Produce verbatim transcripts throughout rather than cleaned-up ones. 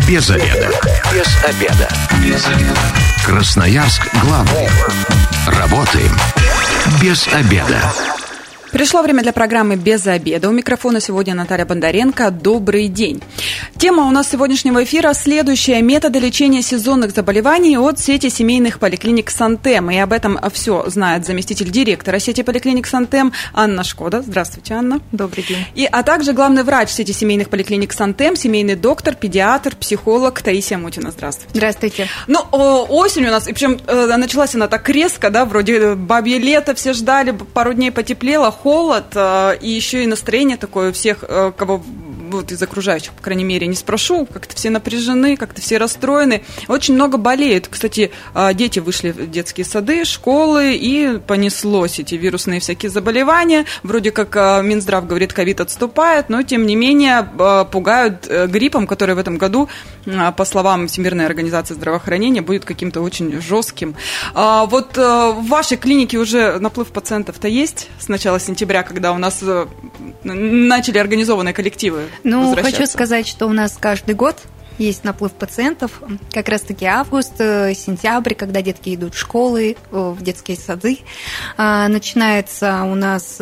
Без обеда. Без обеда. Без обеда. Красноярск главный. Работаем без обеда. Пришло время для программы «Без обеда». У микрофона сегодня Наталья Бондаренко. Добрый день. Тема у нас сегодняшнего эфира следующая. Методы лечения сезонных заболеваний от сети семейных поликлиник «Сантем». И об этом все знает заместитель директора сети поликлиник «Сантем» Анна Шкода. Здравствуйте, Анна. Добрый день. И, а также главный врач сети семейных поликлиник «Сантем», семейный доктор, педиатр, психолог Таисия Мутина. Здравствуйте. Здравствуйте. Ну, осень у нас, и причем началась она так резко, да, вроде бабье лето, все ждали, пару дней потеплело, холод, и еще и настроение такое у всех, кого вот из окружающих, по крайней мере, не спрошу, как-то все напряжены, как-то все расстроены. Очень много болеют. Кстати, дети вышли в детские сады, школы, и понеслось эти вирусные всякие заболевания. Вроде как Минздрав говорит, ковид отступает, но, тем не менее, пугают гриппом, который в этом году, по словам Всемирной организации здравоохранения, будет каким-то очень жестким. Вот в вашей клинике уже наплыв пациентов-то есть с начала сентября, когда у нас начали организованные коллективы? Ну, хочу сказать, что у нас каждый год есть наплыв пациентов, как раз-таки август, сентябрь, когда детки идут в школы, в детские сады. Начинается у нас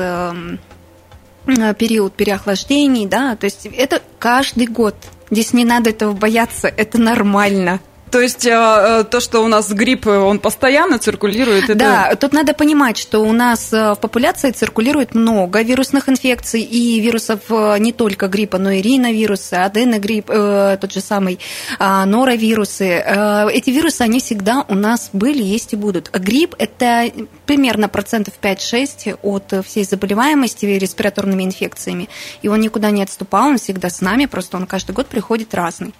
период переохлаждений, да, то есть это каждый год. Здесь не надо этого бояться, это нормально. То есть то, что у нас грипп, он постоянно циркулирует? Это... Да, тут надо понимать, что у нас в популяции циркулирует много вирусных инфекций и вирусов не только гриппа, но и риновирусы, аденогрипп, тот же самый норовирусы. Эти вирусы, они всегда у нас были, есть и будут. Грипп – это примерно процентов пять-шесть от всей заболеваемости респираторными инфекциями. И он никуда не отступал, он всегда с нами, просто он каждый год приходит разный.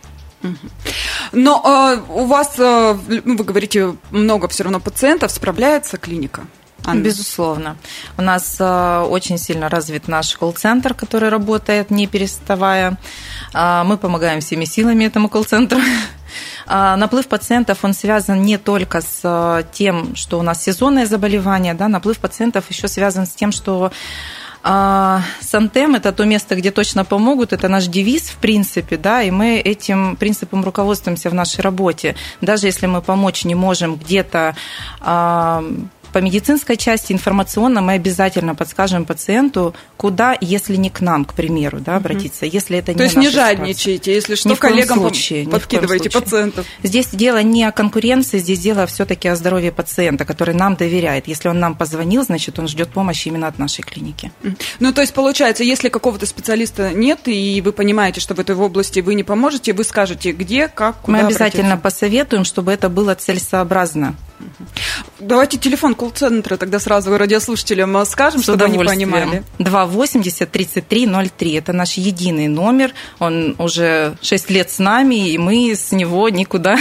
Но э, у вас, э, вы говорите, много все равно пациентов, справляется клиника? Анна? Безусловно. У нас э, очень сильно развит наш колл-центр, который работает не переставая. Э, мы помогаем всеми силами этому колл-центру. Э, наплыв пациентов, он связан не только с тем, что у нас сезонное заболевание, да, наплыв пациентов еще связан с тем, что Сантем – это то место, где точно помогут, это наш девиз, в принципе, да, и мы этим принципом руководствуемся в нашей работе. Даже если мы помочь не можем где-то по медицинской части, информационно, мы обязательно подскажем пациенту, куда, если не к нам, к примеру, да, обратиться, угу. если это не То есть не жадничайте, если что, коллегам случае, подкидывайте пациентов. Здесь дело не о конкуренции, здесь дело все-таки о здоровье пациента, который нам доверяет. Если он нам позвонил, значит, он ждет помощи именно от нашей клиники. Ну, то есть, получается, если какого-то специалиста нет, и вы понимаете, что в этой области вы не поможете, вы скажете, где, как, куда Мы обязательно обратиться. Посоветуем, чтобы это было целесообразно. Давайте телефон колл-центра тогда сразу радиослушателям скажем, чтобы они понимали. два восемьдесят тридцать три ноль три. Это наш единый номер. Он уже шесть лет с нами, и мы с него никуда,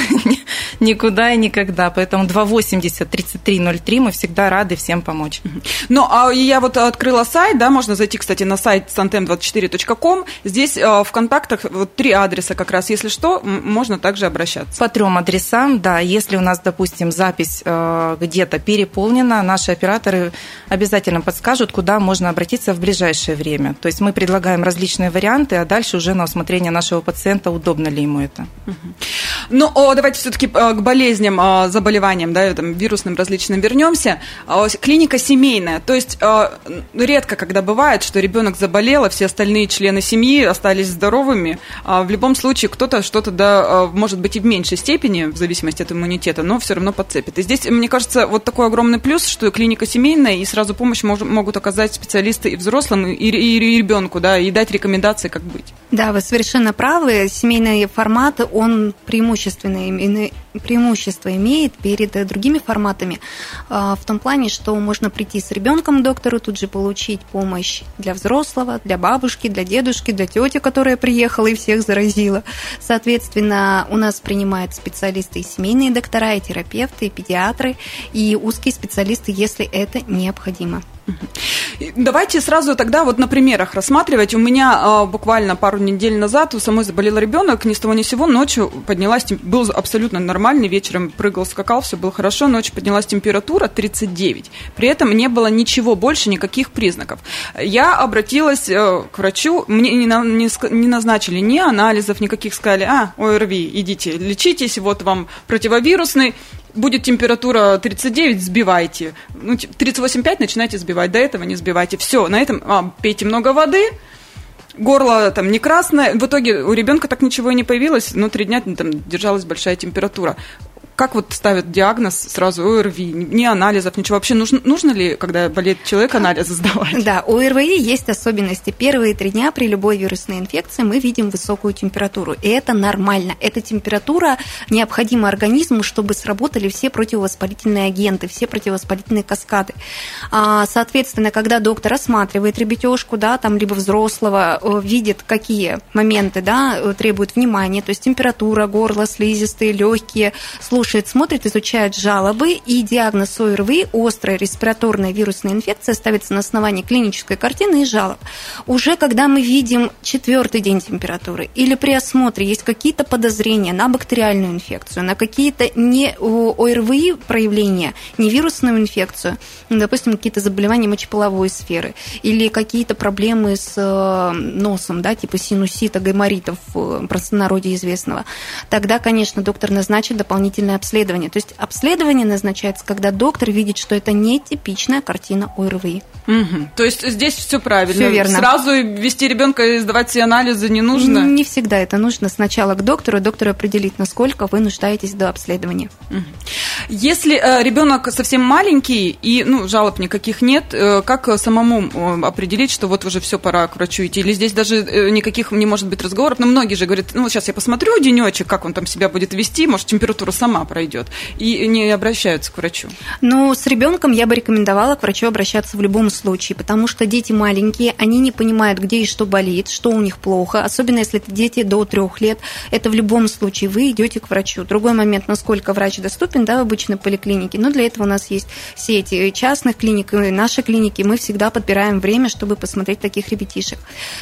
никуда и никогда. Поэтому два восемьдесят тридцать три ноль три мы всегда рады всем помочь. Ну, а я вот открыла сайт, да, можно зайти, кстати, на сайт сантем двадцать четыре точка ком. Здесь в контактах вот три адреса как раз. Если что, можно также обращаться. По трем адресам, да. Если у нас, допустим, запись где-то переполнена, наши операторы обязательно подскажут, куда можно обратиться в ближайшее время. То есть мы предлагаем различные варианты, а дальше уже на усмотрение нашего пациента, удобно ли ему это. Ну, давайте все-таки к болезням, заболеваниям, да, там, вирусным различным вернемся. Клиника семейная, то есть редко, когда бывает, что ребенок заболел, а все остальные члены семьи остались здоровыми. В любом случае кто-то что-то, да, может быть и в меньшей степени, в зависимости от иммунитета, но все равно подцепит. И здесь, мне кажется, вот такой огромный плюс, что клиника семейная, и сразу помощь мож, могут оказать специалисты и взрослым, и, и, и ребенку, да, и дать рекомендации, как быть. Да, вы совершенно правы. Семейный формат, он преимущественное преимущество имеет перед другими форматами в том плане, что можно прийти с ребенком к доктору, тут же получить помощь для взрослого, для бабушки, для дедушки, для тети, которая приехала и всех заразила. Соответственно, у нас принимают специалисты и семейные доктора, и терапевты, и педиатры, и узкие специалисты, если это необходимо. Давайте сразу тогда вот на примерах рассматривать. У меня а, буквально пару недель назад у самой заболел ребенок, ни с того ни с сего, ночью поднялась, был абсолютно нормальный, вечером прыгал, скакал, все было хорошо, ночью поднялась температура тридцать девять. При этом не было ничего больше, никаких признаков. Я обратилась к врачу, мне не, на, не, не назначили ни анализов, никаких, сказали, а, ОРВИ, идите, лечитесь, вот вам противовирусный. Будет температура тридцать девять, сбивайте. Ну, тридцать восемь целых пять начинайте сбивать, до этого не сбивайте. Все, на этом а, пейте много воды, горло там не красное. В итоге у ребенка так ничего и не появилось, но три дня там держалась большая температура. Как вот ставят диагноз сразу ОРВИ? Ни анализов, ничего. Вообще нужно, нужно ли, когда болеет человек, анализы сдавать? Да, у ОРВИ есть особенности. Первые три дня при любой вирусной инфекции мы видим высокую температуру. И это нормально. Эта температура необходима организму, чтобы сработали все противовоспалительные агенты, все противовоспалительные каскады. Соответственно, когда доктор осматривает ребятёшку, да, там, либо взрослого, видит, какие моменты, да, требуют внимания, то есть температура, горло, слизистые, легкие, слушает, смотрит, изучает жалобы, и диагноз ОРВИ, острая респираторная вирусная инфекция, ставится на основании клинической картины и жалоб. Уже когда мы видим четвертый день температуры или при осмотре есть какие-то подозрения на бактериальную инфекцию, на какие-то не ОРВИ проявления, не вирусную инфекцию, допустим, какие-то заболевания мочеполовой сферы или какие-то проблемы с носом, да, типа синусита, гайморита в простонародье известного, тогда, конечно, доктор назначит дополнительное обследование. То есть обследование назначается, когда доктор видит, что это не типичная картина ОРВИ. Угу. То есть здесь все правильно. Все верно. Сразу вести ребенка и сдавать все анализы не нужно? Не всегда это нужно. Сначала к доктору, доктор определит, насколько вы нуждаетесь до обследования. Угу. Если э, ребенок совсем маленький и ну, жалоб никаких нет, э, как самому э, определить, что вот уже все, пора к врачу идти? Или здесь даже э, никаких не может быть разговоров? Но многие же говорят, ну сейчас я посмотрю денечек, как он там себя будет вести, может температура сама пройдет, и не обращаются к врачу. Ну, с ребенком я бы рекомендовала к врачу обращаться в любом случае, потому что дети маленькие, они не понимают, где и что болит, что у них плохо, особенно если это дети до трех лет, это в любом случае вы идете к врачу. Другой момент, насколько врач доступен, да, в обычной поликлинике, но для этого у нас есть сети частных клиник и наши клиники, мы всегда подбираем время, чтобы посмотреть таких ребятишек.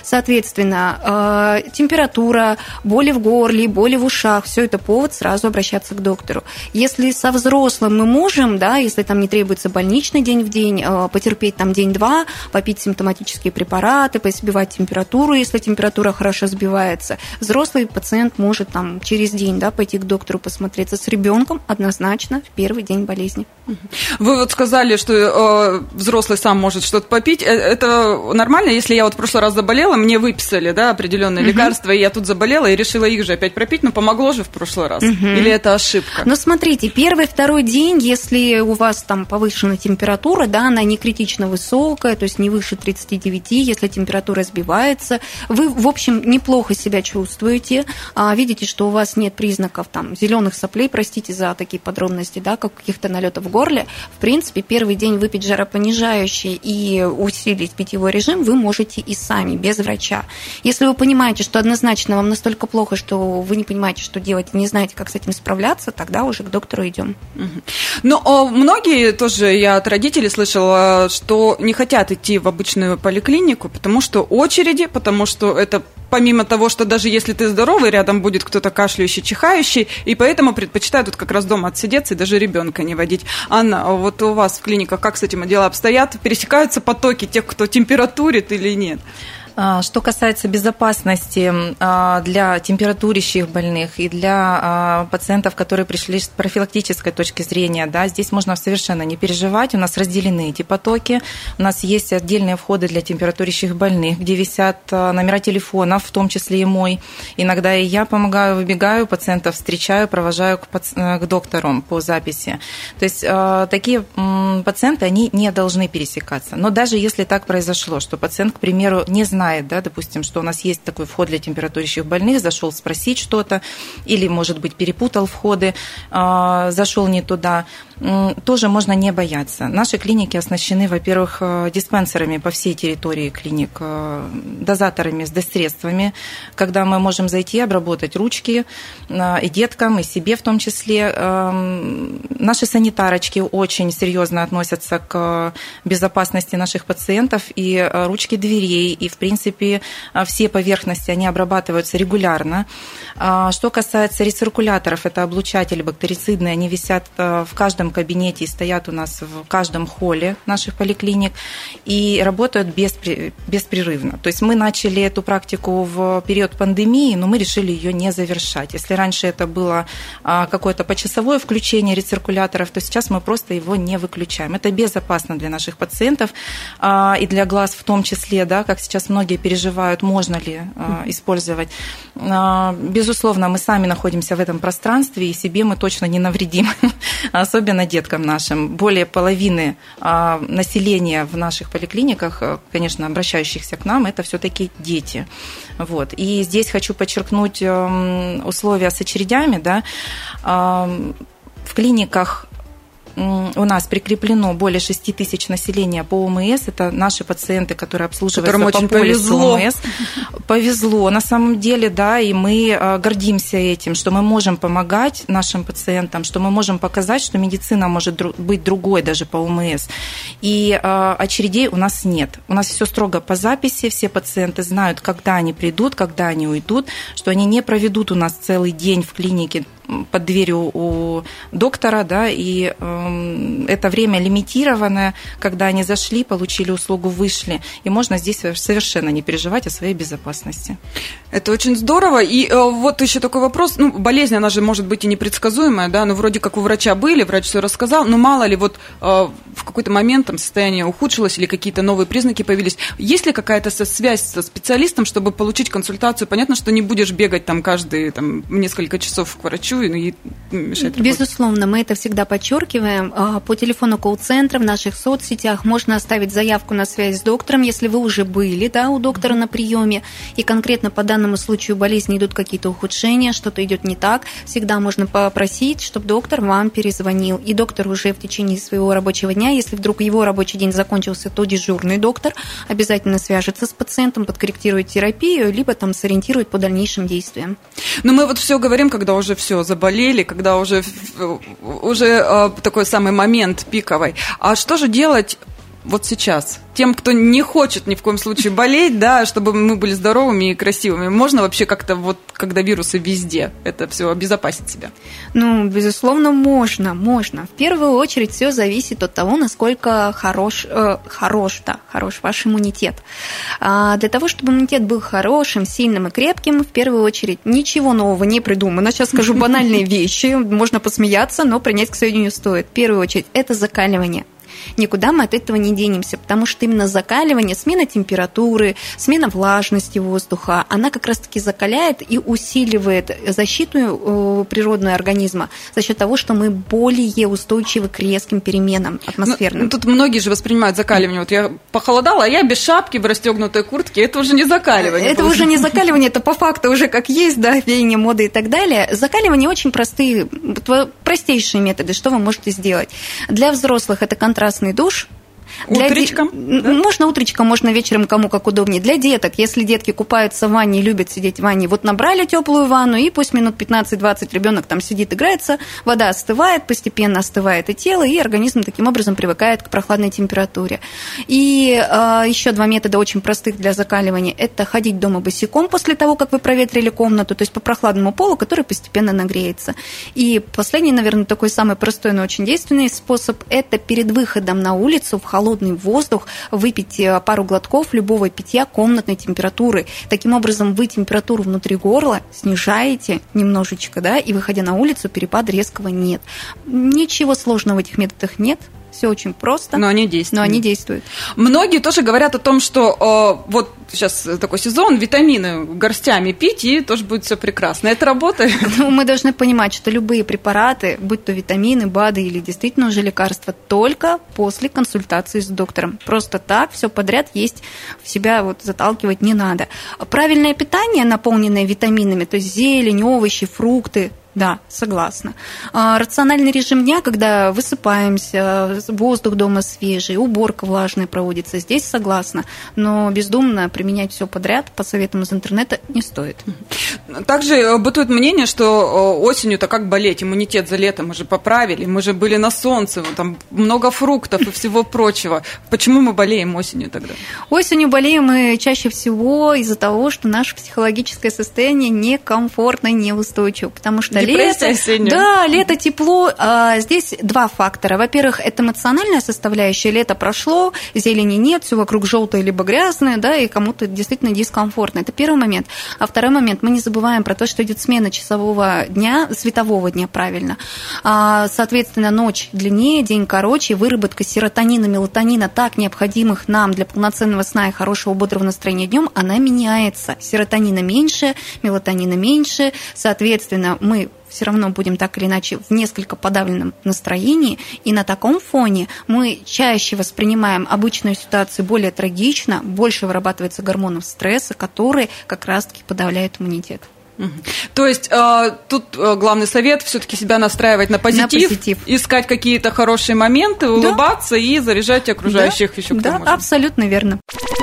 Соответственно, температура, боли в горле, боли в ушах, все это повод сразу обращаться к доктору. Если со взрослым мы можем, да, если там не требуется больничный день в день, потерпеть там день-два, попить симптоматические препараты, посбивать температуру, если температура хорошо сбивается, взрослый пациент может там через день, да, пойти к доктору посмотреться. С ребенком однозначно в первый день болезни. Вы вот сказали, что э, взрослый сам может что-то попить. Это нормально, если я вот в прошлый раз заболела, мне выписали, да, определенные угу. лекарства, и я тут заболела и решила их же опять пропить, но помогло же в прошлый раз? Угу. Или это ошибка? Ну, смотрите, первый, второй день, если у вас там повышена температура, да, она не критично высокая, то есть не выше тридцати девяти, если температура сбивается, вы, в общем, неплохо себя чувствуете, видите, что у вас нет признаков там зеленых соплей, простите за такие подробности, да, как каких-то налетов в горле, в принципе, первый день выпить жаропонижающее и усилить питьевой режим вы можете и сами, без врача. Если вы понимаете, что однозначно вам настолько плохо, что вы не понимаете, что делать, и не знаете, как с этим справляться, тогда уже к доктору идем. Ну, многие тоже, я от родителей слышала, что не хотят идти в обычную поликлинику, потому что очереди, потому что это помимо того, что даже если ты здоровый, рядом будет кто-то кашляющий, чихающий, и поэтому предпочитают вот как раз дома отсидеться и даже ребенка не водить. Анна, вот у вас в клиниках как с этим дела обстоят? Пересекаются потоки тех, кто температурит или нет? Что касается безопасности для температурящих больных и для пациентов, которые пришли с профилактической точки зрения, да, здесь можно совершенно не переживать. У нас разделены эти потоки. У нас есть отдельные входы для температурящих больных, где висят номера телефонов, в том числе и мой. Иногда и я помогаю, выбегаю, пациентов встречаю, провожаю к, паци... к доктору по записи. То есть такие пациенты, они не должны пересекаться. Но даже если так произошло, что пациент, к примеру, не знает, знает, да, допустим, что у нас есть такой вход для температурящих больных, зашел спросить что-то, или, может быть, перепутал входы, зашел не туда, тоже можно не бояться. Наши клиники оснащены, во-первых, диспенсерами по всей территории клиник, дозаторами с дозсредствами, когда мы можем зайти, обработать ручки и деткам, и себе в том числе. Наши санитарочки очень серьезно относятся к безопасности наших пациентов, и ручки дверей, и, в принципе, все поверхности, они обрабатываются регулярно. Что касается рециркуляторов, это облучатели бактерицидные, они висят в каждом кабинете и стоят у нас в каждом холле наших поликлиник и работают беспрерывно. То есть мы начали эту практику в период пандемии, но мы решили ее не завершать. Если раньше это было какое-то почасовое включение рециркуляторов, то сейчас мы просто его не выключаем. Это безопасно для наших пациентов и для глаз в том числе, да, как сейчас многие переживают, можно ли использовать. Безусловно, мы сами находимся в этом пространстве, и себе мы точно не навредим, особенно деткам нашим. Более половины населения в наших поликлиниках, конечно, обращающихся к нам, это все-таки дети. Вот. И здесь хочу подчеркнуть условия с очередями. Да. В клиниках у нас прикреплено более шести тысяч населения по ОМС. Это наши пациенты, которые обслуживаются по полису ОМС. Повезло, на самом деле, да, и мы гордимся этим, что мы можем помогать нашим пациентам, что мы можем показать, что медицина может быть другой даже по ОМС. И очередей у нас нет. У нас все строго по записи, все пациенты знают, когда они придут, когда они уйдут, что они не проведут у нас целый день в клинике под дверью у доктора, да, и э, это время лимитированное, когда они зашли, получили услугу, вышли, и можно здесь совершенно не переживать о своей безопасности. Это очень здорово. И э, вот еще такой вопрос, ну, болезнь, она же может быть и непредсказуемая, да, ну, вроде как у врача были, врач все рассказал, но мало ли вот э, в какой-то момент там состояние ухудшилось или какие-то новые признаки появились. Есть ли какая-то связь со специалистом, чтобы получить консультацию? Понятно, что не будешь бегать там каждые там, несколько часов к врачу, и мешать работать. Безусловно, мы это всегда подчеркиваем. По телефону колл-центра в наших соцсетях можно оставить заявку на связь с доктором, если вы уже были, да, у доктора на приеме, и конкретно по данному случаю болезни идут какие-то ухудшения, что-то идет не так, всегда можно попросить, чтобы доктор вам перезвонил. И доктор уже в течение своего рабочего дня, если вдруг его рабочий день закончился, то дежурный доктор обязательно свяжется с пациентом, подкорректирует терапию, либо там сориентирует по дальнейшим действиям. Но мы вот все говорим, когда уже все заболели, когда уже, уже э, такой самый момент пиковый. А что же делать вот сейчас? Тем, кто не хочет ни в коем случае болеть, да, чтобы мы были здоровыми и красивыми, можно вообще как-то вот, когда вирусы везде, это все обезопасить себя? Ну, безусловно, можно, можно. В первую очередь все зависит от того, насколько хорош, э, хорош, да, хорош ваш иммунитет. А для того, чтобы иммунитет был хорошим, сильным и крепким, в первую очередь ничего нового не придумано. Сейчас скажу банальные вещи, можно посмеяться, но принять к сведению стоит. В первую очередь это закаливание. Никуда мы от этого не денемся, потому что именно закаливание, смена температуры, смена влажности воздуха, она как раз-таки закаляет и усиливает защиту природного организма за счет того, что мы более устойчивы к резким переменам атмосферным. Ну, тут многие же воспринимают закаливание. Вот я похолодала, а я без шапки, в расстегнутой куртке. Это уже не закаливание. Это уже не закаливание, это по факту уже как есть, да, веяние моды и так далее. Закаливание очень простые, простейшие методы, что вы можете сделать. Для взрослых это контрастный душ. Утречком? Для... Да? Можно утречком, можно вечером, кому как удобнее. Для деток, если детки купаются в ванне, любят сидеть в ванне, вот набрали теплую ванну, и пусть минут пятнадцать-двадцать ребенок там сидит, играется, вода остывает, постепенно остывает и тело, и организм таким образом привыкает к прохладной температуре. И э, еще два метода очень простых для закаливания. Это ходить дома босиком после того, как вы проветрили комнату, то есть по прохладному полу, который постепенно нагреется. И последний, наверное, такой самый простой, но очень действенный способ – это перед выходом на улицу в холодный воздух выпить пару глотков любого питья комнатной температуры. Таким образом, вы температуру внутри горла снижаете немножечко, да, и, выходя на улицу, перепада резкого нет. Ничего сложного в этих методах нет. все очень просто. Но они действуют. Но они действуют. Многие тоже говорят о том, что э, вот сейчас такой сезон, витамины горстями пить, и тоже будет все прекрасно. Это работает? Ну, мы должны понимать, что любые препараты, будь то витамины, БАДы или действительно уже лекарства, только после консультации с доктором. Просто так все подряд есть, в себя вот заталкивать не надо. Правильное питание, наполненное витаминами, то есть зелень, овощи, фрукты, да, согласна. Рациональный режим дня, когда высыпаемся, воздух дома свежий, уборка влажная проводится, здесь согласна. Но бездумно применять все подряд по советам из интернета не стоит. Также бытует мнение, что осенью-то как болеть, иммунитет за лето мы же поправили, мы же были на солнце, там много фруктов и всего прочего. Почему мы болеем осенью тогда? Осенью болеем мы чаще всего из-за того, что наше психологическое состояние некомфортно, неустойчиво, потому что депрессия лето, осенняя. Да, лето, тепло. А, здесь два фактора. Во-первых, это эмоциональная составляющая. Лето прошло, зелени нет, все вокруг желтое либо грязное, да, и кому-то действительно дискомфортно. Это первый момент. А второй момент, мы не забываем про то, что идет смена часового дня, светового дня, правильно. А, соответственно, ночь длиннее, день короче, выработка серотонина, мелатонина, так необходимых нам для полноценного сна и хорошего бодрого настроения днем, она меняется. Серотонина меньше, мелатонина меньше, соответственно, мы все равно будем так или иначе в несколько подавленном настроении, и на таком фоне мы чаще воспринимаем обычную ситуацию более трагично, больше вырабатывается гормонов стресса, которые как раз-таки подавляют иммунитет. Угу. То есть э, тут э, главный совет все-таки себя настраивать на позитив, на позитив. Искать какие-то хорошие моменты, улыбаться, да, и заряжать окружающих, да, еще кто Да, может. абсолютно верно.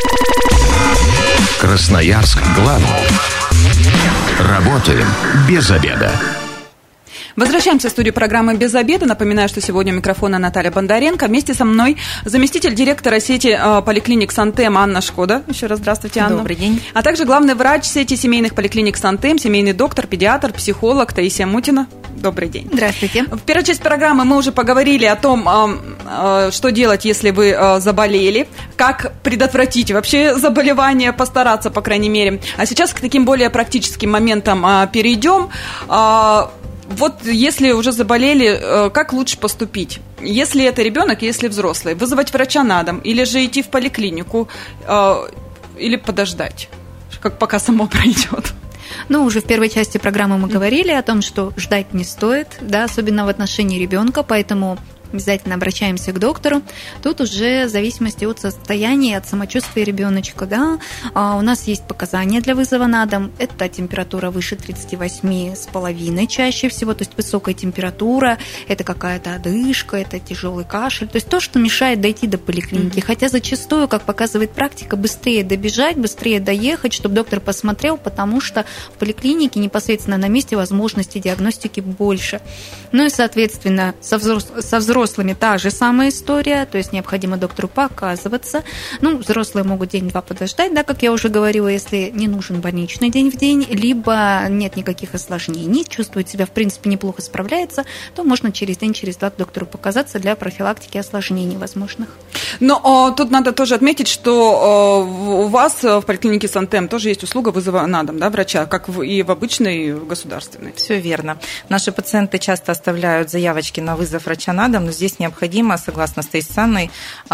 Красноярск главный. Работаем без обеда. Возвращаемся в студию программы «Без обеда». Напоминаю, что сегодня у микрофона Наталья Бондаренко. Вместе со мной заместитель директора сети поликлиник «Сантем» Анна Шкода. Еще раз здравствуйте, Анна. Добрый день. А также главный врач сети семейных поликлиник «Сантем», семейный доктор, педиатр, психолог Таисия Мутина. Добрый день. Здравствуйте. В первой части программы мы уже поговорили о том, что делать, если вы заболели, как предотвратить вообще заболевание, постараться, по крайней мере. А сейчас к таким более практическим моментам перейдем. Вот если уже заболели, как лучше поступить? Если это ребенок, если взрослый, вызвать врача на дом, или же идти в поликлинику, или подождать, как пока само пройдет? Ну, уже в первой части программы мы говорили о том, что ждать не стоит, да, особенно в отношении ребенка, поэтому обязательно обращаемся к доктору. Тут уже в зависимости от состояния, от самочувствия ребеночка, да, а у нас есть показания для вызова на дом. Это температура выше тридцать восемь с половиной чаще всего, то есть высокая температура, это какая-то одышка, это тяжелый кашель, то есть то, что мешает дойти до поликлиники. Mm-hmm. Хотя зачастую, как показывает практика, быстрее добежать, быстрее доехать, чтобы доктор посмотрел, потому что в поликлинике непосредственно на месте возможности диагностики больше. Ну и, соответственно, со взрослыми, со взрослыми Взрослыми та же самая история, то есть необходимо доктору показываться. Ну, взрослые могут день-два подождать, да, как я уже говорила, если не нужен больничный день в день, либо нет никаких осложнений, чувствует себя, в принципе, неплохо справляется, то можно через день, через два к доктору показаться для профилактики осложнений возможных. Но о, тут надо тоже отметить, что о, у вас в поликлинике «Сантем» тоже есть услуга вызова на дом, да, врача, как в, и в обычной, и в государственной. Все верно. Наши пациенты часто оставляют заявочки на вызов врача на дом, но здесь необходимо, согласно с Анной,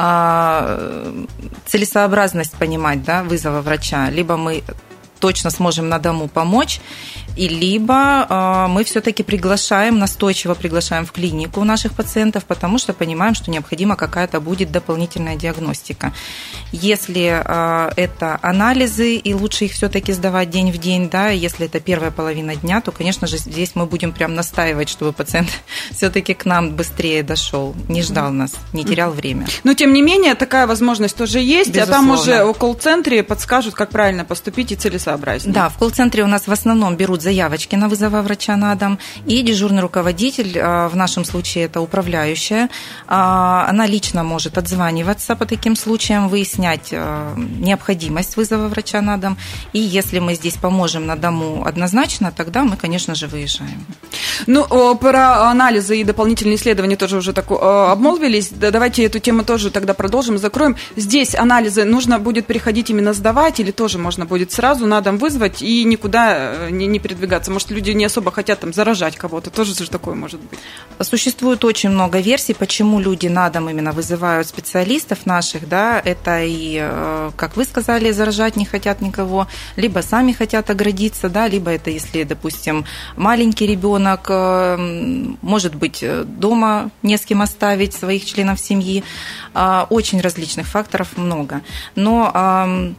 целесообразность понимать, да, вызова врача. Либо мы точно сможем на дому помочь, и либо э, мы все-таки приглашаем, настойчиво приглашаем в клинику наших пациентов, потому что понимаем, что необходима какая-то будет дополнительная диагностика. Если э, это анализы, и лучше их все-таки сдавать день в день, да, если это первая половина дня, то, конечно же, здесь мы будем прям настаивать, чтобы пациент все-таки к нам быстрее дошел, не ждал нас, не терял время. Но, тем не менее, такая возможность тоже есть, безусловно. А там уже в колл-центре подскажут, как правильно поступить и целесообразнее. Да, в колл-центре у нас в основном берут заявочки на вызова врача на дом, и дежурный руководитель, в нашем случае это управляющая, она лично может отзваниваться по таким случаям, выяснять необходимость вызова врача на дом, и если мы здесь поможем на дому однозначно, тогда мы, конечно же, выезжаем. Ну, про анализы и дополнительные исследования тоже уже так обмолвились, давайте эту тему тоже тогда продолжим, закроем. Здесь анализы нужно будет приходить именно сдавать, или тоже можно будет сразу на дом вызвать и никуда не, не передавать передвигаться? Может, люди не особо хотят там заражать кого-то? Тоже же такое может быть. Существует очень много версий, почему люди на дом именно вызывают специалистов наших, да, это и, как вы сказали, заражать не хотят никого, либо сами хотят оградиться, да, либо это, если, допустим, маленький ребенок, может быть, дома не с кем оставить своих членов семьи, очень различных факторов много. Но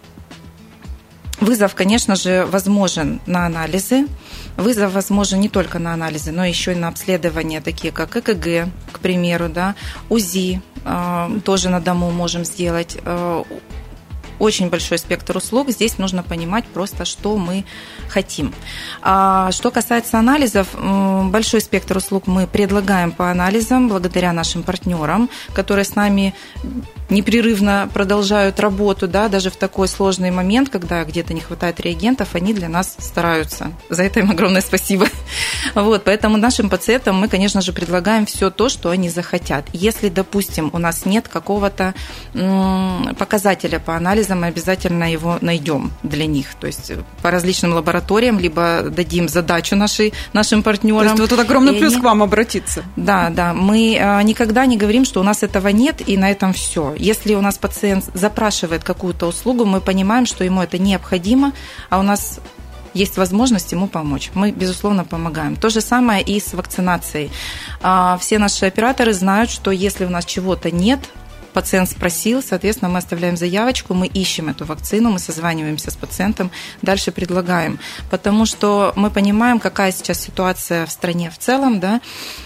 вызов, конечно же, возможен на анализы. Вызов возможен не только на анализы, но еще и на обследования, такие как ЭКГ, к примеру, да, УЗИ, тоже на дому можем сделать. Очень большой спектр услуг. Здесь нужно понимать просто, что мы хотим. А что касается анализов, большой спектр услуг мы предлагаем по анализам благодаря нашим партнерам, которые с нами непрерывно продолжают работу, да, даже в такой сложный момент, когда где-то не хватает реагентов, они для нас стараются. За это им огромное спасибо. Вот, поэтому нашим пациентам мы, конечно же, предлагаем все то, что они захотят. Если, допустим, у нас нет какого-то показателя по анализам, мы обязательно его найдем для них. То есть по различным лабораториям, либо дадим задачу нашей, нашим партнерам. То есть вот тут огромный плюс они... к вам обратиться. Да, да. Мы никогда не говорим, что у нас этого нет, и на этом все. Если у нас пациент запрашивает какую-то услугу, мы понимаем, что ему это необходимо, а у нас есть возможность ему помочь. Мы, безусловно, помогаем. То же самое и с вакцинацией. Все наши операторы знают, что если у нас чего-то нет, пациент спросил, соответственно, мы оставляем заявочку, мы ищем эту вакцину, мы созваниваемся с пациентом, дальше предлагаем. Потому что мы понимаем, какая сейчас ситуация в стране в целом, да.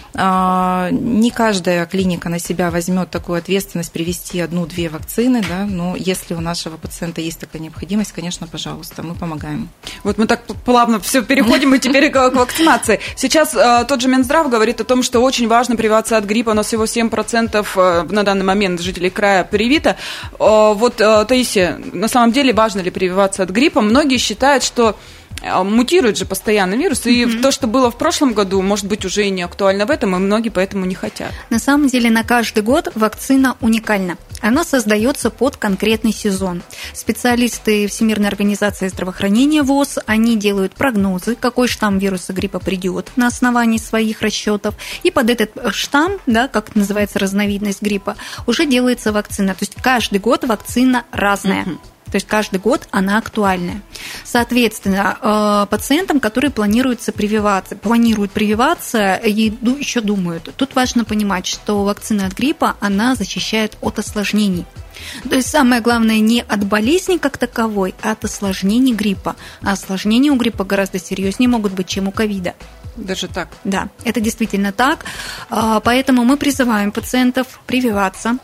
Не каждая клиника на себя возьмет такую ответственность привезти одну-две вакцины, да, но если у нашего пациента есть такая необходимость, конечно, пожалуйста, мы помогаем. Вот мы так плавно все переходим и теперь к вакцинации. Сейчас тот же Минздрав говорит о том, что очень важно прививаться от гриппа, но всего семь процентов на данный момент жителей края привито. Вот, Таисия, на самом деле важно ли прививаться от гриппа? Многие считают, что мутирует же постоянно вирус, и mm-hmm. то, что было в прошлом году, может быть, уже и не актуально в этом, и многие поэтому не хотят. На самом деле, на каждый год вакцина уникальна. Она создается под конкретный сезон. Специалисты Всемирной организации здравоохранения ВОЗ, они делают прогнозы, какой штамм вируса гриппа придет на основании своих расчетов, и под этот штамм, да, как называется разновидность гриппа, уже делается вакцина. То есть каждый год вакцина разная. Mm-hmm. То есть каждый год она актуальная. Соответственно, пациентам, которые планируются прививаться, планируют прививаться и еще думают, тут важно понимать, что вакцина от гриппа, она защищает от осложнений. То есть самое главное не от болезни как таковой, а от осложнений гриппа. А осложнения у гриппа гораздо серьезнее могут быть, чем у ковида. Даже так? Да, это действительно так. Поэтому мы призываем пациентов прививаться.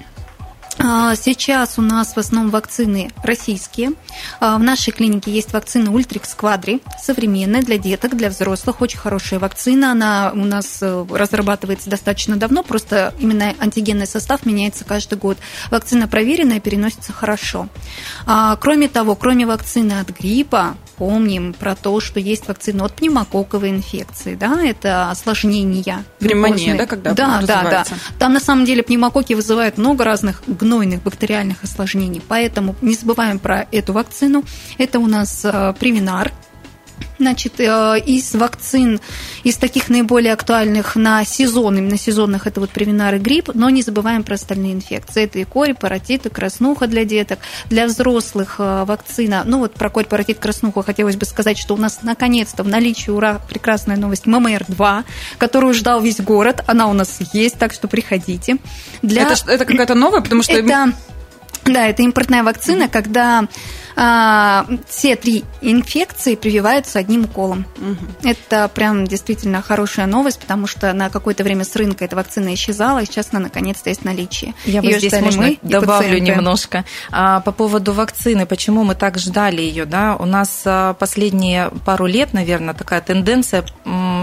Сейчас у нас в основном вакцины российские. В нашей клинике есть вакцина Ультрикс Квадри, современная для деток, для взрослых, очень хорошая вакцина. Она у нас разрабатывается достаточно давно, просто именно антигенный состав меняется каждый год. Вакцина проверенная, переносится хорошо. Кроме того, кроме вакцины от гриппа, помним про то, что есть вакцина от пневмококковой инфекции, да, это осложнения. Пневмония, да, когда да, да, да. Там на самом деле пневмококки вызывают много разных гнойных бактериальных осложнений, поэтому не забываем про эту вакцину. Это у нас Превинар. Значит, из вакцин, из таких наиболее актуальных на сезон, именно сезонных, это вот Превинар и грипп, но не забываем про остальные инфекции. Это и корь, паротит, и краснуха для деток. Для взрослых вакцина, ну вот про корь, паротит, краснуху хотелось бы сказать, что у нас наконец-то в наличии, ура, прекрасная новость, эм эм эр два, которую ждал весь город, она у нас есть, так что приходите. Для... Это, это какая-то новая, потому что... Это... Да, это импортная вакцина, mm-hmm. когда а, все три инфекции прививаются одним уколом. Mm-hmm. Это прям действительно хорошая новость, потому что на какое-то время с рынка эта вакцина исчезала, и сейчас она наконец-то есть в наличии. Я вот здесь, можно, добавлю немножко. А, по поводу вакцины, почему мы так ждали ее, да? У нас последние пару лет, наверное, такая тенденция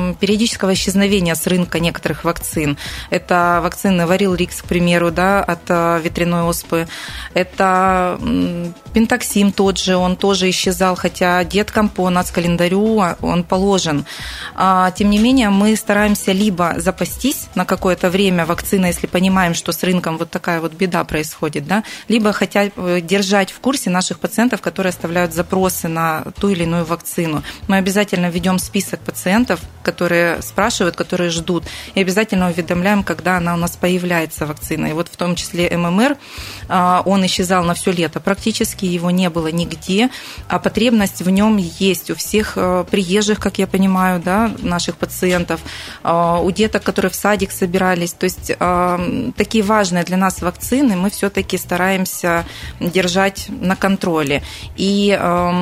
периодического исчезновения с рынка некоторых вакцин. Это вакцины Варилрикс, к примеру, да, от ветряной оспы. Это Пентаксим тот же, он тоже исчезал, хотя деткам по нацкалендарю он положен. Тем не менее, мы стараемся либо запастись на какое-то время вакциной, если понимаем, что с рынком вот такая вот беда происходит, да, либо хотя бы держать в курсе наших пациентов, которые оставляют запросы на ту или иную вакцину. Мы обязательно ведем список пациентов, которые спрашивают, которые ждут, и обязательно уведомляем, когда она у нас появляется, вакцина. И вот в том числе эм эм эр, он исчезал на все лето практически, его не было нигде, а потребность в нем есть у всех приезжих, как я понимаю, да, наших пациентов, у деток, которые в садик собирались. То есть такие важные для нас вакцины мы все-таки стараемся держать на контроле. И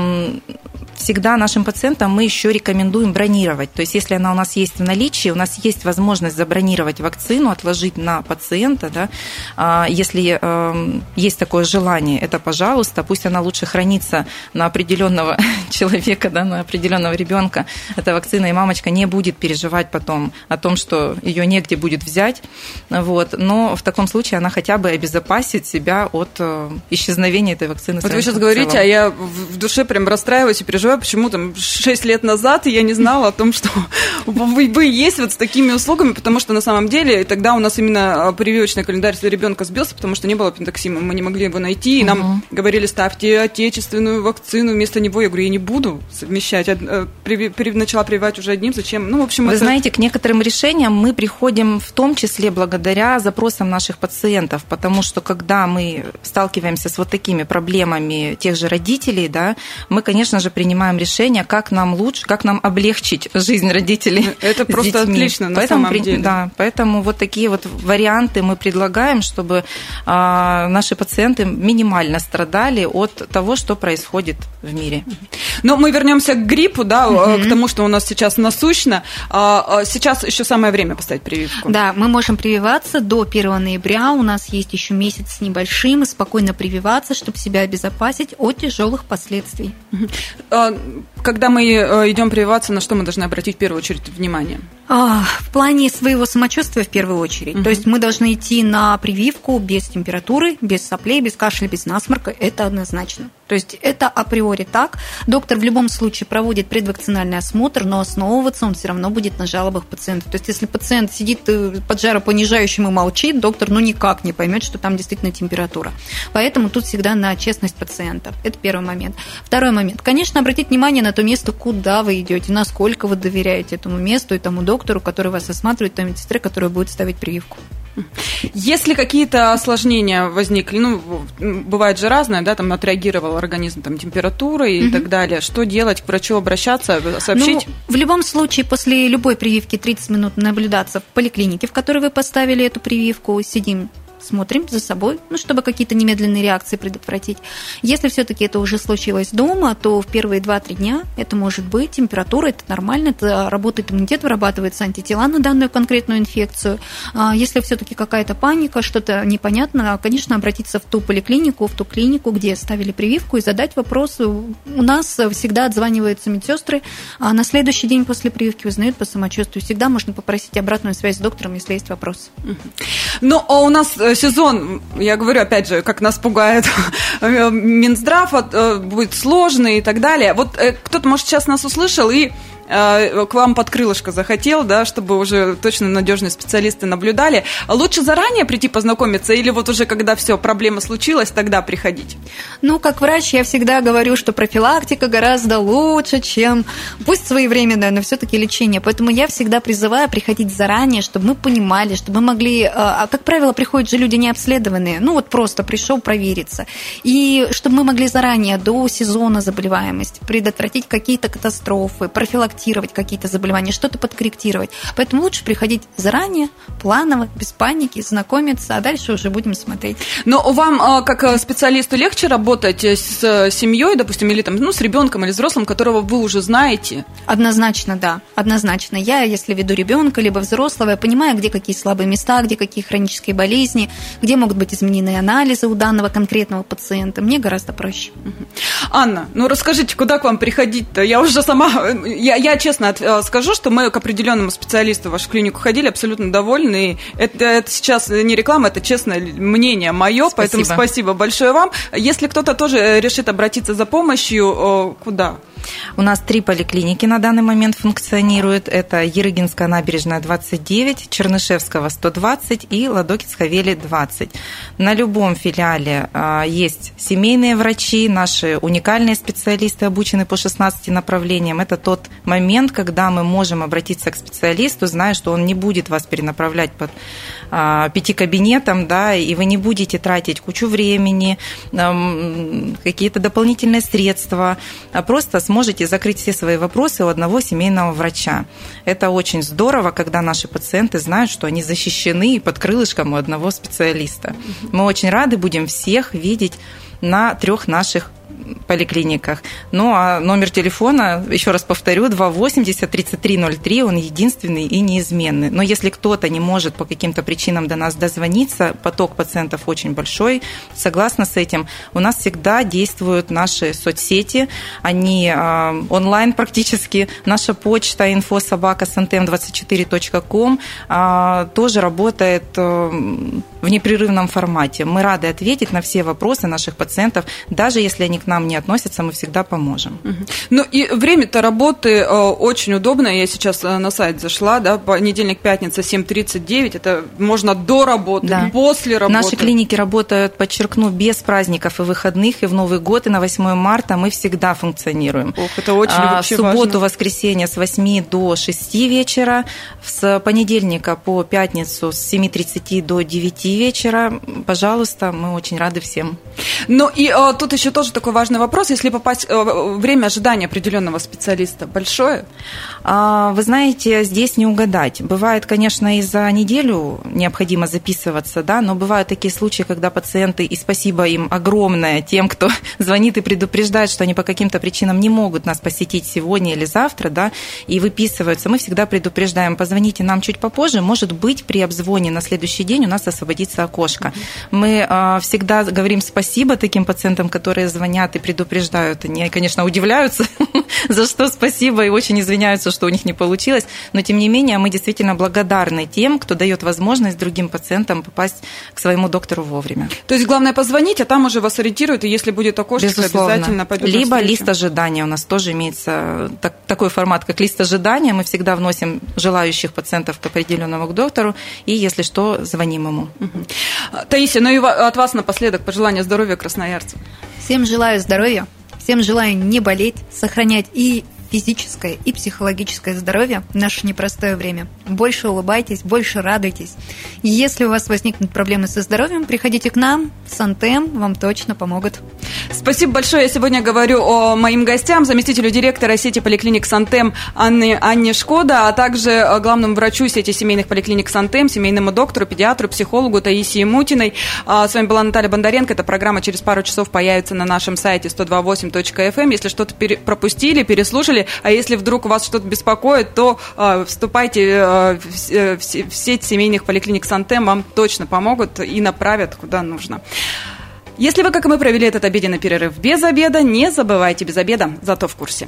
всегда нашим пациентам мы еще рекомендуем бронировать. То есть если она у нас есть в наличии, у нас есть возможность забронировать вакцину, отложить на пациента, да, если есть такое желание, это пожалуйста, пусть она лучше хранится на определенного человека, да, на определенного ребенка, эта вакцина, и мамочка не будет переживать потом о том, что ее негде будет взять, вот. Но в таком случае она хотя бы обезопасит себя от исчезновения этой вакцины. Вот вы сейчас говорите, а я в душе прям расстраиваюсь и переживаю, почему там шесть лет назад я не знала о том, что вы, вы есть вот с такими услугами, потому что на самом деле тогда у нас именно прививочный календарь для ребенка сбился, потому что не было пентаксима, мы не могли его найти, и нам угу. говорили, ставьте отечественную вакцину вместо него. Я говорю, я не буду совмещать. При, при, начала прививать уже одним, зачем? Ну, в общем, вы это... знаете, к некоторым решениям мы приходим в том числе благодаря запросам наших пациентов, потому что когда мы сталкиваемся с вот такими проблемами тех же родителей, да, мы, конечно же, принимаем решение, как нам лучше, как нам облегчить жизнь родителей. Это просто детьми. Отлично, на поэтому, самом деле. Да, поэтому вот такие вот варианты мы предлагаем, чтобы а, наши пациенты минимально страдали от того, что происходит в мире. Но мы вернемся к гриппу, да, mm-hmm. к тому, что у нас сейчас насущно. Сейчас еще самое время поставить прививку. Да, мы можем прививаться до первого ноября. У нас есть еще месяц с небольшим, и спокойно прививаться, чтобы себя обезопасить от тяжелых последствий. Mm-hmm. Когда мы идем прививаться, на что мы должны обратить в первую очередь внимание? В плане своего самочувствия в первую очередь. Mm-hmm. То есть мы должны идти на прививку без температуры, без соплей, без кашля, без насморка. Это однозначно. То есть это априори так. Доктор в любом случае проводит предвакцинальный осмотр, но основываться он все равно будет на жалобах пациента. То есть если пациент сидит под жаропонижающим и молчит, доктор ну никак не поймет, что там действительно температура. Поэтому тут всегда на честность пациента. Это первый момент. Второй момент. Конечно, обратить внимание на то место, куда вы идете, насколько вы доверяете этому месту и тому доктору, который вас осматривает, той медсестре, которая будет ставить прививку. Если какие-то осложнения возникли, ну, бывает же разное, да, там отреагировал организм там, температурой и угу. так далее, что делать, к врачу обращаться, сообщить? Ну, в любом случае, после любой прививки тридцать минут наблюдаться в поликлинике, в которой вы поставили эту прививку, сидим, смотрим за собой, ну, чтобы какие-то немедленные реакции предотвратить. Если все-таки это уже случилось дома, то в первые два-три дня это может быть температура, это нормально, это работает иммунитет, вырабатываются антитела на данную конкретную инфекцию. Если все-таки какая-то паника, что-то непонятно, конечно, обратиться в ту поликлинику, в ту клинику, где ставили прививку, и задать вопрос. У нас всегда отзваниваются медсестры, а на следующий день после прививки узнают по самочувствию. Всегда можно попросить обратную связь с доктором, если есть вопрос. Ну, а у нас сезон, я говорю, опять же, как нас пугает Минздрав, будет сложный и так далее. Вот кто-то, может, сейчас нас услышал и к вам под крылышко захотел, да, чтобы уже точно надежные специалисты наблюдали. Лучше заранее прийти познакомиться или вот уже когда все, проблема случилась, тогда приходить? Ну, как врач я всегда говорю, что профилактика гораздо лучше, чем, пусть своевременное, но все-таки лечение. Поэтому я всегда призываю приходить заранее, чтобы мы понимали, чтобы мы могли... А, как правило, приходят же люди необследованные, ну вот просто пришел провериться. И чтобы мы могли заранее, до сезона заболеваемости, предотвратить какие-то катастрофы, профилактировать какие-то заболевания, что-то подкорректировать. Поэтому лучше приходить заранее, планово, без паники, знакомиться, а дальше уже будем смотреть. Но вам, как специалисту, легче работать с семьей, допустим, или там, ну, с ребенком или взрослым, которого вы уже знаете? Однозначно, да. Однозначно. Я, если веду ребенка, либо взрослого, я понимаю, где какие слабые места, где какие хронические болезни, где могут быть изменены анализы у данного конкретного пациента. Мне гораздо проще. Анна, ну расскажите, куда к вам приходить-то? Я уже сама... Я, я честно скажу, что мы к определенному специалисту в вашу клинику ходили, абсолютно довольны. И это, это сейчас не реклама, это честное мнение мое, спасибо. Поэтому спасибо большое вам. Если кто-то тоже решит обратиться за помощью, куда? У нас три поликлиники на данный момент функционируют. Это Ерыгинская набережная, двадцать девять, Чернышевского, сто двадцать и Ладокинск-Хавели, двадцать. На любом филиале есть семейные врачи, наши уникальные специалисты, обучены по шестнадцати направлениям. Это тот момент, когда мы можем обратиться к специалисту, зная, что он не будет вас перенаправлять под пяти кабинетам, да, и вы не будете тратить кучу времени, какие-то дополнительные средства, а просто сможете закрыть все свои вопросы у одного семейного врача. Это очень здорово, когда наши пациенты знают, что они защищены под крылышком у одного специалиста. Мы очень рады будем всех видеть на трех наших поликлиниках. Ну, а номер телефона, еще раз повторю, два восемьдесят тридцать три ноль три, он единственный и неизменный. Но если кто-то не может по каким-то причинам до нас дозвониться, поток пациентов очень большой, согласно с этим, у нас всегда действуют наши соцсети, они э, онлайн практически, наша почта инфо собака сантем двадцать четыре точка ком э, тоже работает э, в непрерывном формате. Мы рады ответить на все вопросы наших пациентов, даже если они к нам не относятся, мы всегда поможем. Ну и время-то работы э, очень удобно. Я сейчас на сайт зашла, да, понедельник, пятница, семь тридцать девять. Это можно до работы, да. После работы. Наши клиники работают, подчеркну, без праздников и выходных, и в Новый год, и на восьмое марта мы всегда функционируем. Ох, это очень а, вообще в субботу, важно. воскресенье с восьми до шести вечера, с понедельника по пятницу с семи тридцати до девяти вечера. Пожалуйста, мы очень рады всем. Ну и э, тут еще тоже такой важный вопрос. Если попасть, э, время ожидания определенного специалиста большое? А, вы знаете, здесь не угадать. Бывает, конечно, и за неделю необходимо записываться, да, но бывают такие случаи, когда пациенты, и спасибо им огромное тем, кто звонит и предупреждает, что они по каким-то причинам не могут нас посетить сегодня или завтра, да, и выписываются. Мы всегда предупреждаем, позвоните нам чуть попозже, может быть, при обзвоне на следующий день у нас освободится окошко. Мы а, всегда говорим спасибо таким пациентам, которые звонят и предупреждают. Они, конечно, удивляются, за что спасибо, и очень извиняются, что у них не получилось. Но, тем не менее, мы действительно благодарны тем, кто дает возможность другим пациентам попасть к своему доктору вовремя. То есть, главное позвонить, а там уже вас ориентируют, и если будет окошко, обязательно пойдут навстречу. Либо лист ожидания. У нас тоже имеется так, такой формат, как лист ожидания. Мы всегда вносим желающих пациентов к определенному к доктору, и, если что, звоним ему. Угу. Таисия, ну и от вас напоследок пожелания здоровья красноярцам. Всем желаю здоровья, всем желаю не болеть, сохранять и физическое, и психологическое здоровье в наше непростое время. Больше улыбайтесь, больше радуйтесь. Если у вас возникнут проблемы со здоровьем, приходите к нам, в Сантем, вам точно помогут. Спасибо большое. Я сегодня говорю о моим гостям, заместителю директора сети поликлиник Сантем Анне, Анне Шкода, а также главному врачу сети семейных поликлиник Сантем, семейному доктору, педиатру, психологу Таисии Мутиной. С вами была Наталья Бондаренко. Эта программа через пару часов появится на нашем сайте сто два восемь точка эф эм. Если что-то пере- пропустили, переслушали, а если вдруг вас что-то беспокоит, то э, вступайте э, в, э, в сеть семейных поликлиник Сантем, вам точно помогут и направят куда нужно. Если вы, как и мы, провели этот обеденный перерыв без обеда, не забывайте без обеда, зато в курсе.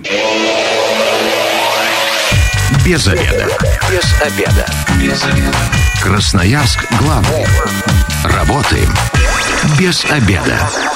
Без обеда. Без обеда. Без обеда. Красноярск главный. Работаем без обеда.